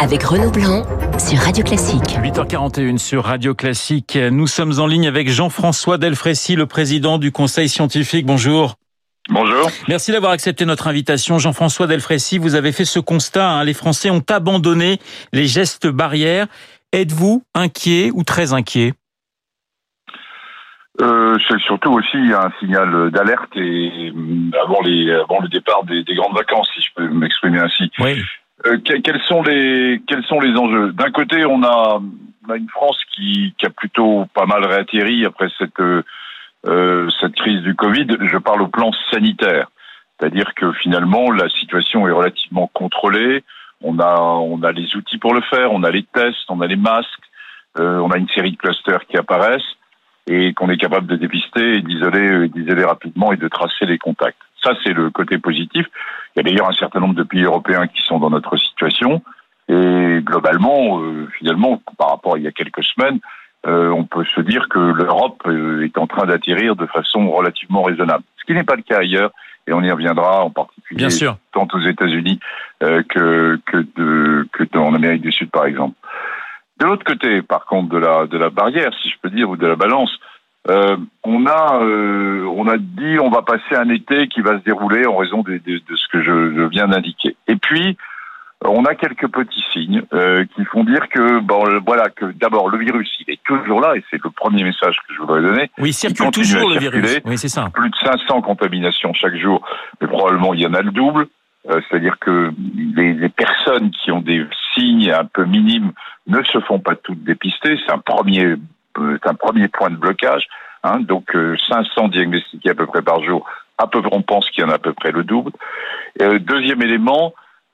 avec Renaud Blanc sur Radio Classique. 8h41 sur Radio Classique. Nous sommes en ligne avec Jean-François Delfraissy, le président du Conseil scientifique. Bonjour. Bonjour. Merci d'avoir accepté notre invitation. Jean-François Delfraissy, vous avez fait ce constat, les Français ont abandonné les gestes barrières. Êtes-vous inquiet ou très inquiet ? C'est surtout aussi un signal d'alerte et avant le départ des grandes vacances, si je peux m'exprimer ainsi. Oui. Quels sont les enjeux ? D'un côté, on a une France qui a plutôt pas mal réatterri après cette crise du Covid. Je parle au plan sanitaire, c'est-à-dire que finalement la situation est relativement contrôlée. On a les outils pour le faire, on a les tests, on a les masques, on a une série de clusters qui apparaissent et qu'on est capable de dépister et d'isoler rapidement et de tracer les contacts. Ça, c'est le côté positif. Il y a d'ailleurs un certain nombre de pays européens qui sont dans notre situation. Et globalement, finalement, par rapport à il y a quelques semaines, on peut se dire que l'Europe est en train d'atterrir de façon relativement raisonnable. Ce qui n'est pas le cas ailleurs, et on y reviendra en particulier tant aux États-Unis que en Amérique du Sud, par exemple. De l'autre côté, par contre, de la barrière, si je peux dire, ou de la balance, on a dit on va passer un été qui va se dérouler en raison de ce que je viens d'indiquer. Et puis on a quelques petits signes qui font dire que que d'abord le virus il est toujours là et c'est le premier message que je voudrais donner. Oui, il circule toujours le virus. Oui, c'est ça. Plus de 500 contaminations chaque jour, mais probablement il y en a le double. C'est-à-dire que les personnes qui ont des signes un peu minimes ne se font pas toutes dépister. C'est un premier point de blocage. Donc 500 diagnostiqués à peu près par jour. On pense qu'il y en a à peu près le double. Deuxième élément,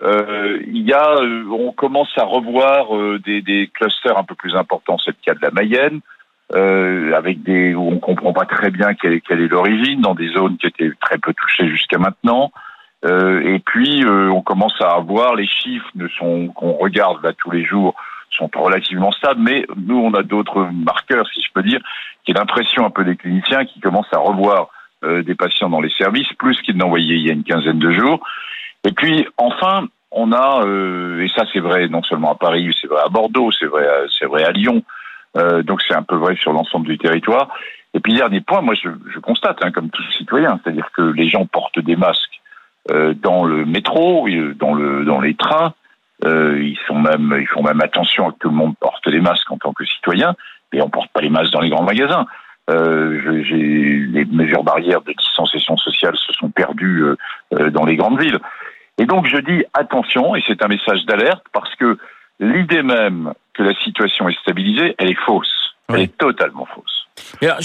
on commence à revoir des clusters un peu plus importants. C'est le cas de la Mayenne, avec où on comprend pas très bien quelle est l'origine, dans des zones qui étaient très peu touchées jusqu'à maintenant. Et puis on commence à avoir les chiffres qu'on regarde là tous les jours sont relativement stables, mais nous on a d'autres marqueurs, si je peux dire, qui est l'impression un peu des cliniciens qui commencent à revoir des patients dans les services, plus qu'ils n'envoyaient il y a une quinzaine de jours. Et puis enfin on a et ça c'est vrai non seulement à Paris, c'est vrai à Bordeaux, c'est vrai à Lyon, donc c'est un peu vrai sur l'ensemble du territoire. Et puis dernier point, moi je constate comme tout citoyen, c'est-à-dire que les gens portent des masques dans le métro, dans les trains, ils font même attention à que tout le monde porte les masques en tant que citoyen, et on porte pas les masques dans les grands magasins. Les mesures barrières de distanciation sociale se sont perdues dans les grandes villes. Et donc je dis attention, et c'est un message d'alerte, parce que l'idée même que la situation est stabilisée, elle est fausse. Oui. Elle est totalement fausse. Et alors,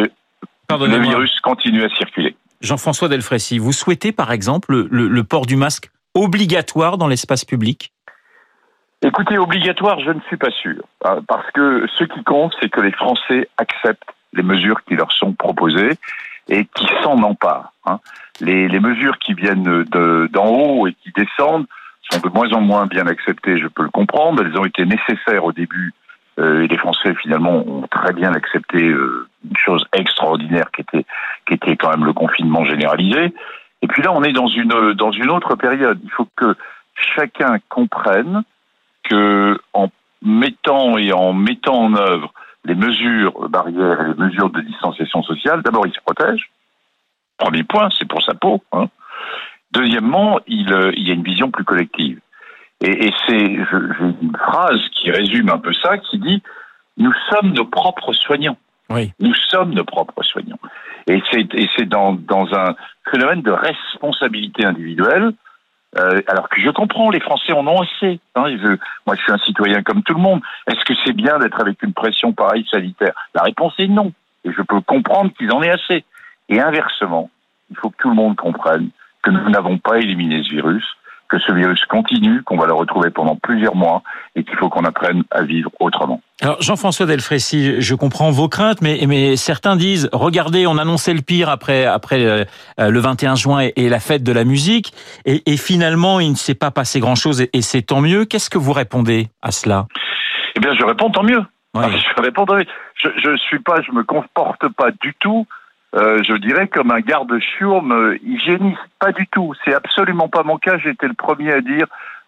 le virus continue à circuler. Jean-François Delfraissy, vous souhaitez par exemple le port du masque obligatoire dans l'espace public ? Écoutez, obligatoire, je ne suis pas sûr. Parce que ce qui compte, c'est que les Français acceptent les mesures qui leur sont proposées et qui s'en emparent. Les mesures qui viennent d'en haut et qui descendent sont de moins en moins bien acceptées, je peux le comprendre. Elles ont été nécessaires au début et les Français finalement ont très bien accepté une chose extraordinaire qui était quand même le confinement généralisé. Et puis là, on est dans une autre période. Il faut que chacun comprenne que en mettant en œuvre les mesures barrières et les mesures de distanciation sociale, d'abord il se protège. Premier point, c'est pour sa peau. Deuxièmement, il y a une vision plus collective. Et j'ai une phrase qui résume un peu ça, qui dit « Nous sommes nos propres soignants ». Oui. Nous sommes nos propres soignants. Et c'est dans un phénomène de responsabilité individuelle, alors que je comprends, les Français en ont assez. Moi, je suis un citoyen comme tout le monde. Est-ce que c'est bien d'être avec une pression pareille sanitaire ? La réponse est non. Et je peux comprendre qu'ils en aient assez. Et inversement, il faut que tout le monde comprenne que nous n'avons pas éliminé ce virus, que ce virus continue, qu'on va le retrouver pendant plusieurs mois et qu'il faut qu'on apprenne à vivre autrement. Alors Jean-François Delfraissy, je comprends vos craintes, mais certains disent, regardez, on annonçait le pire après le 21 juin et la fête de la musique, et finalement il ne s'est pas passé grand-chose et c'est tant mieux. Qu'est-ce que vous répondez à cela ? Eh bien, je réponds tant mieux. Oui. Je réponds tant mieux. Je me comporte pas du tout. Je dirais comme un garde-chiourme hygiéniste, pas du tout. C'est absolument pas mon cas. J'ai été le premier à dire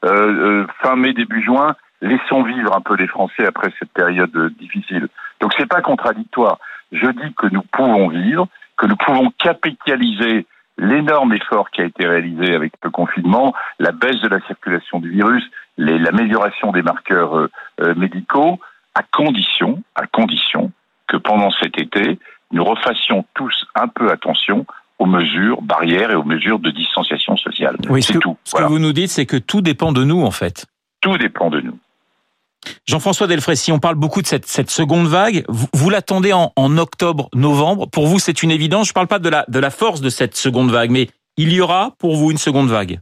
fin mai, début juin, laissons vivre un peu les Français après cette période difficile. Donc c'est pas contradictoire. Je dis que nous pouvons vivre, que nous pouvons capitaliser l'énorme effort qui a été réalisé avec le confinement, la baisse de la circulation du virus, l'amélioration des marqueurs médicaux, à condition que pendant cet été, nous refassions tous un peu attention aux mesures barrières et aux mesures de distanciation sociale. Oui, c'est tout. Ce que vous nous dites, c'est que tout dépend de nous, en fait. Tout dépend de nous. Jean-François Delfraissy, on parle beaucoup de cette seconde vague. Vous l'attendez en octobre, novembre. Pour vous, c'est une évidence. Je ne parle pas de la force de cette seconde vague, mais il y aura pour vous une seconde vague.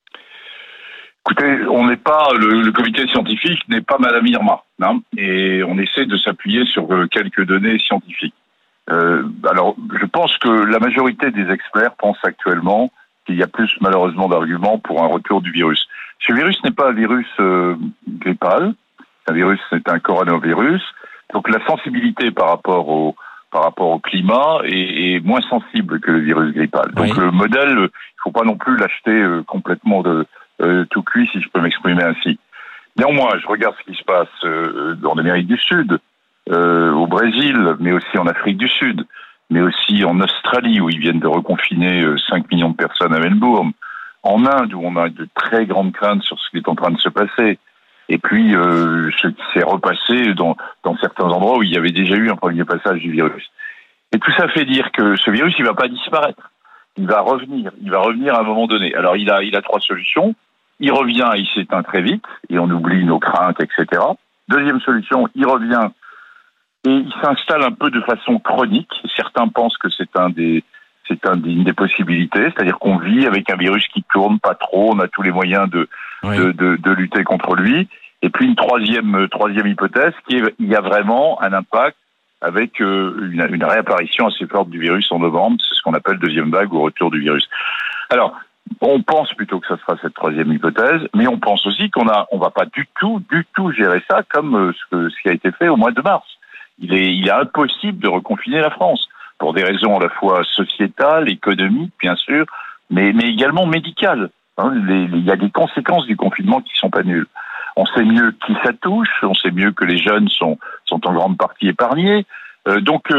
Écoutez, on n'est pas le comité scientifique n'est pas Madame Irma, hein, et on essaie de s'appuyer sur quelques données scientifiques. Alors, je pense que la majorité des experts pensent actuellement qu'il y a plus malheureusement d'arguments pour un retour du virus. Ce virus n'est pas un virus grippal. Un virus, c'est un coronavirus. Donc la sensibilité par rapport au climat est moins sensible que le virus grippal. Donc le modèle, il faut pas non plus l'acheter complètement tout cuit, si je peux m'exprimer ainsi. Néanmoins, je regarde ce qui se passe en Amérique du Sud, au Brésil, mais aussi en Afrique du Sud, mais aussi en Australie, où ils viennent de reconfiner 5 millions de personnes à Melbourne, en Inde, où on a de très grandes craintes sur ce qui est en train de se passer. Et puis, ce qui s'est repassé dans certains endroits où il y avait déjà eu un premier passage du virus. Et tout ça fait dire que ce virus, il va pas disparaître. Il va revenir à un moment donné. Alors, il a 3 solutions. Il revient, il s'éteint très vite, et on oublie nos craintes, etc. Deuxième solution, il revient, et il s'installe un peu de façon chronique. Certains pensent que c'est une des possibilités, c'est-à-dire qu'on vit avec un virus qui tourne pas trop, on a tous les moyens de lutter contre lui. Et puis une troisième hypothèse, il y a vraiment un impact avec une réapparition assez forte du virus en novembre, c'est ce qu'on appelle deuxième vague ou retour du virus. Alors, on pense plutôt que ça sera cette troisième hypothèse, mais on pense aussi qu'on va pas du tout gérer ça comme ce qui a été fait au mois de mars. Il est impossible de reconfiner la France, pour des raisons à la fois sociétales, économiques, bien sûr, mais également médicales. Il y a des conséquences du confinement qui sont pas nulles. On sait mieux qui ça touche, on sait mieux que les jeunes sont en grande partie épargnés. Donc,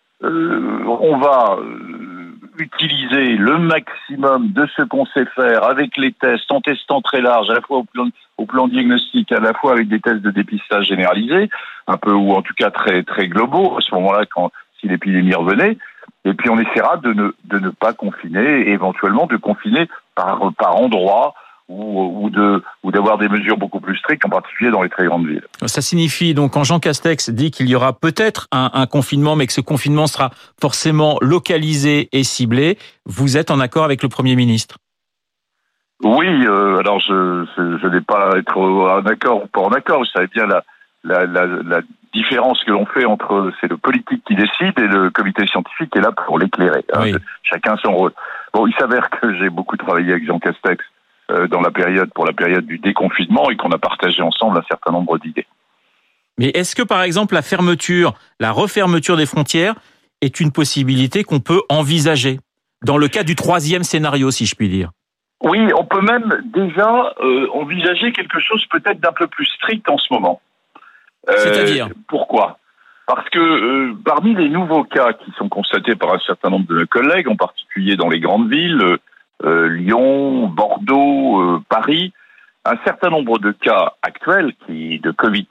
on va utiliser le maximum de ce qu'on sait faire avec les tests, en testant très large, à la fois au plan diagnostic, à la fois avec des tests de dépistage généralisés, un peu ou en tout cas très très globaux. À ce moment-là, si l'épidémie revenait, et puis on essaiera de ne pas confiner, et éventuellement de confiner par endroit, ou d'avoir des mesures beaucoup plus strictes, en particulier dans les très grandes villes. Ça signifie donc, quand Jean Castex dit qu'il y aura peut-être un confinement, mais que ce confinement sera forcément localisé et ciblé, vous êtes en accord avec le Premier ministre? Oui, alors je n'ai pas être en accord ou pas en accord. Vous savez bien la différence que l'on fait entre c'est le politique qui décide et le comité scientifique est là pour l'éclairer. Oui. Chacun son rôle. Bon, il s'avère que j'ai beaucoup travaillé avec Jean Castex pour la période du déconfinement et qu'on a partagé ensemble un certain nombre d'idées. Mais est-ce que, par exemple, la refermeture des frontières est une possibilité qu'on peut envisager dans le cas du troisième scénario, si je puis dire? Oui, on peut même déjà envisager quelque chose peut-être d'un peu plus strict en ce moment. C'est-à-dire? Pourquoi? Parce que parmi les nouveaux cas qui sont constatés par un certain nombre de nos collègues, en particulier dans les grandes villes, Lyon, Bordeaux, Paris, un certain nombre de cas actuels de Covid+,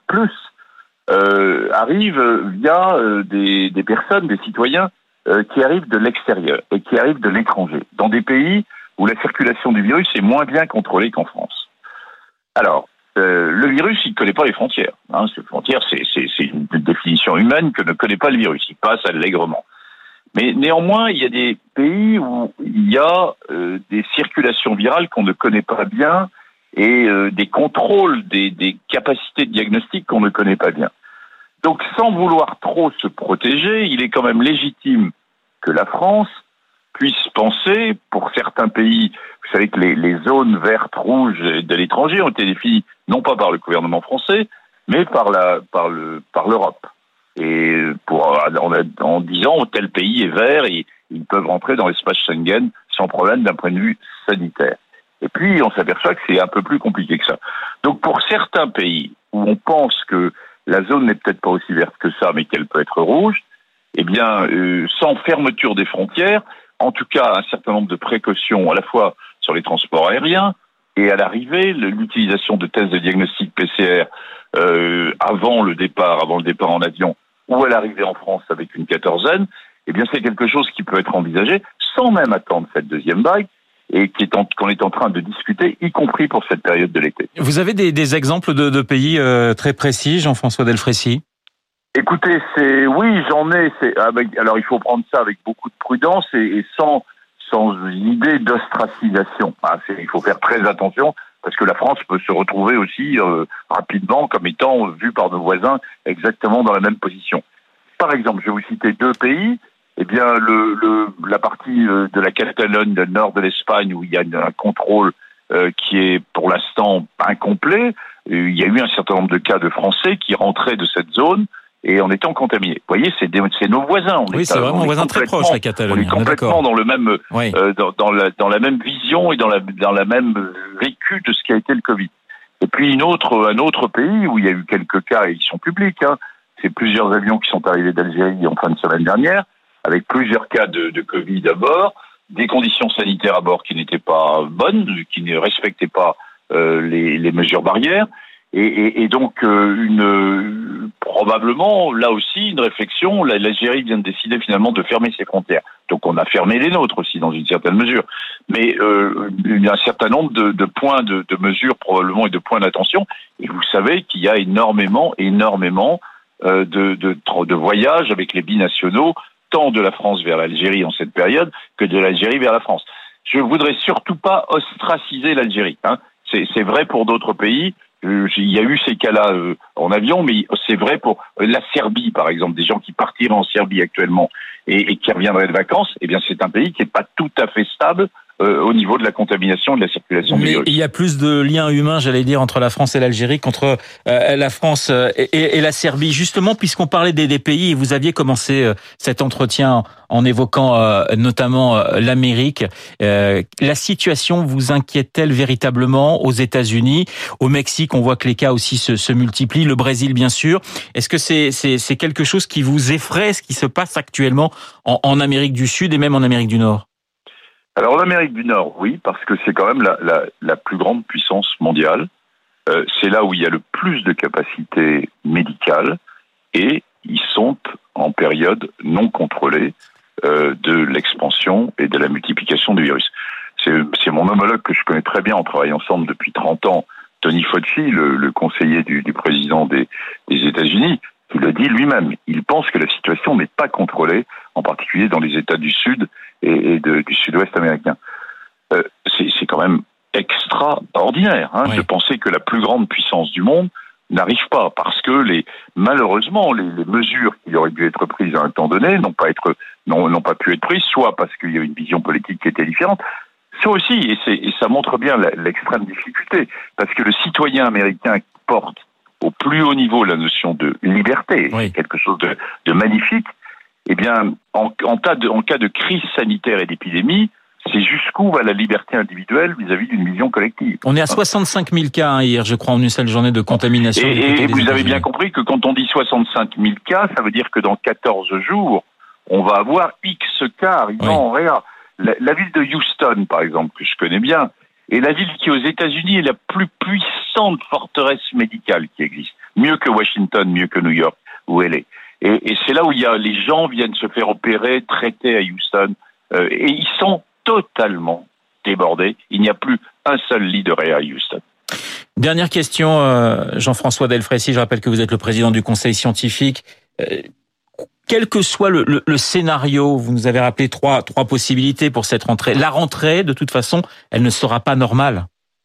arrivent via des personnes, des citoyens qui arrivent de l'extérieur et qui arrivent de l'étranger, dans des pays où la circulation du virus est moins bien contrôlée qu'en France. Alors, le virus, il ne connaît pas les frontières. Les frontières, c'est une définition humaine que ne connaît pas le virus. Il passe allègrement. Mais néanmoins, il y a des pays où il y a des circulations virales qu'on ne connaît pas bien et des contrôles, des capacités de diagnostic qu'on ne connaît pas bien. Donc, sans vouloir trop se protéger, il est quand même légitime que la France puisse penser, pour certains pays, vous savez que les zones vertes, rouges de l'étranger ont été définies non pas par le gouvernement français, mais par l'Europe. Et en disant tel pays est vert et ils peuvent rentrer dans l'espace Schengen sans problème d'un point de vue sanitaire. Et puis, on s'aperçoit que c'est un peu plus compliqué que ça. Donc, pour certains pays où on pense que la zone n'est peut-être pas aussi verte que ça, mais qu'elle peut être rouge, eh bien, sans fermeture des frontières, en tout cas, un certain nombre de précautions, à la fois sur les transports aériens et à l'arrivée, l'utilisation de tests de diagnostic PCR avant le départ en avion ou à l'arrivée en France avec une quatorzaine, eh bien, c'est quelque chose qui peut être envisagé sans même attendre cette deuxième vague et qu'on est en train de discuter, y compris pour cette période de l'été. Vous avez des exemples de pays très précis, Jean-François Delfraissy? Écoutez, oui, j'en ai. Alors, il faut prendre ça avec beaucoup de prudence et sans idée d'ostracisation. Il faut faire très attention parce que la France peut se retrouver aussi rapidement comme étant vue par nos voisins exactement dans la même position. Par exemple, je vais vous citer 2 pays. Eh bien, la partie de la Catalogne, le nord de l'Espagne, où il y a un contrôle qui est pour l'instant incomplet. Il y a eu un certain nombre de cas de Français qui rentraient de cette zone et en étant contaminés. Vous voyez, c'est nos voisins. Oui, c'est vraiment un voisin très proche, la Catalogne. On est complètement dans le même, oui. dans la même vision et dans la même vécu de ce qui a été le Covid. Et puis un autre pays où il y a eu quelques cas et ils sont publics. C'est plusieurs avions qui sont arrivés d'Algérie en fin de semaine dernière, avec plusieurs cas de Covid à bord, des conditions sanitaires à bord qui n'étaient pas bonnes, qui ne respectaient pas les mesures barrières. Et donc, probablement, là aussi, une réflexion. L'Algérie vient de décider finalement de fermer ses frontières. Donc, on a fermé les nôtres aussi, dans une certaine mesure. Mais il y a un certain nombre de points de mesure, probablement, et de points d'attention. Et vous savez qu'il y a énormément de voyages avec les binationaux, tant de la France vers l'Algérie en cette période que de l'Algérie vers la France. Je voudrais surtout pas ostraciser l'Algérie. C'est vrai pour d'autres pays. Il y a eu ces cas-là en avion, mais c'est vrai pour la Serbie, par exemple, des gens qui partiraient en Serbie actuellement et qui reviendraient de vacances. Eh bien, c'est un pays qui n'est pas tout à fait stable au niveau de la contamination et de la circulation du virus. Mais il y a plus de liens humains, j'allais dire, entre la France et l'Algérie qu'entre la France et la Serbie. Justement, puisqu'on parlait des pays, et vous aviez commencé cet entretien en évoquant notamment l'Amérique, la situation vous inquiète-t-elle véritablement aux États-Unis, au Mexique? On voit que les cas aussi se multiplient, le Brésil bien sûr. Est-ce que c'est quelque chose qui vous effraie, ce qui se passe actuellement en Amérique du Sud et même en Amérique du Nord? Alors l'Amérique du Nord, oui, parce que c'est quand même la plus grande puissance mondiale. C'est là où il y a le plus de capacités médicales et ils sont en période non contrôlée de l'expansion et de la multiplication du virus. C'est mon homologue que je connais très bien, on travaille ensemble depuis 30 ans, Tony Fauci, le conseiller du président des États-Unis, qui le dit lui-même. Il pense que la situation n'est pas contrôlée, en particulier dans les États du Sud et du Sud-Ouest américain. C'est quand même extraordinaire de penser que la plus grande puissance du monde n'arrive pas, parce que malheureusement les mesures qui auraient dû être prises à un temps donné n'ont pas pu être prises, soit parce qu'il y a une vision politique qui était différente, soit aussi, et ça montre bien l'extrême difficulté, parce que le citoyen américain porte au plus haut niveau la notion de liberté, oui. C'est quelque chose de magnifique. Eh bien, en cas de crise sanitaire et d'épidémie, c'est jusqu'où va la liberté individuelle vis-à-vis d'une vision collective. On est à 65 000 cas hier, je crois, en une seule journée de contamination. Et vous avez bien compris que quand on dit 65 000 cas, ça veut dire que dans 14 jours, on va avoir X cas arrivant en réa. La ville de Houston, par exemple, que je connais bien, est la ville qui, aux États-Unis, est la plus puissante forteresse médicale qui existe. Mieux que Washington, mieux que New York, où elle est. Et c'est là où les gens viennent se faire opérer, traiter à Houston, et ils sont totalement débordés. Il n'y a plus un seul lit de réa à Houston. Dernière question, Jean-François Delfraissy, je rappelle que vous êtes le président du conseil scientifique. Quel que soit le scénario, vous nous avez rappelé trois possibilités pour cette rentrée. La rentrée, de toute façon, elle ne sera pas normale.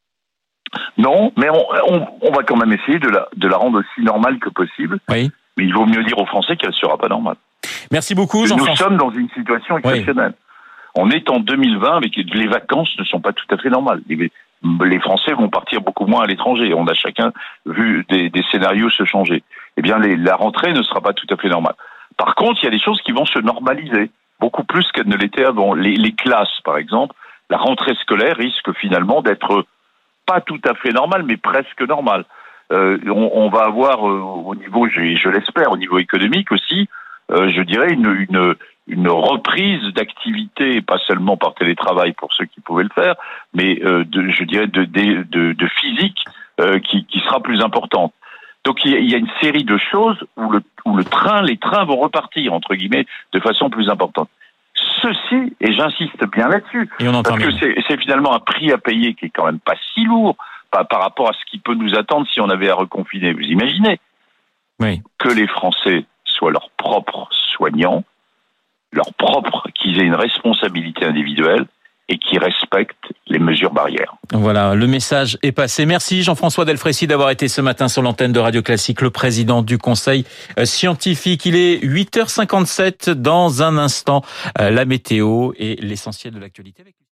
Non, mais on va quand même essayer de la rendre aussi normale que possible. Oui. Mais il vaut mieux dire aux Français qu'elle ne sera pas normale. Merci beaucoup, Jean-François. Nous sommes dans une situation exceptionnelle. Oui. On est en 2020, mais les vacances ne sont pas tout à fait normales. Les Français vont partir beaucoup moins à l'étranger. On a chacun vu des scénarios se changer. Eh bien, la rentrée ne sera pas tout à fait normale. Par contre, il y a des choses qui vont se normaliser, beaucoup plus qu'elles ne l'étaient avant. Les classes, par exemple, la rentrée scolaire risque finalement d'être pas tout à fait normale, mais presque normale. On va avoir au niveau, je l'espère, au niveau économique aussi, je dirais une reprise d'activité, pas seulement par télétravail pour ceux qui pouvaient le faire, mais de physique qui sera plus importante. Donc il y a une série de choses où les trains vont repartir entre guillemets de façon plus importante. Ceci, et j'insiste bien là-dessus, parce que c'est finalement un prix à payer qui est quand même pas si lourd par rapport à ce qui peut nous attendre si on avait à reconfiner. Vous imaginez que les Français soient leurs propres soignants, qu'ils aient une responsabilité individuelle et qui respectent les mesures barrières. Voilà, le message est passé. Merci Jean-François Delfraissy d'avoir été ce matin sur l'antenne de Radio Classique, le président du Conseil scientifique. Il est 8h57 dans un instant, la météo et l'essentiel de l'actualité.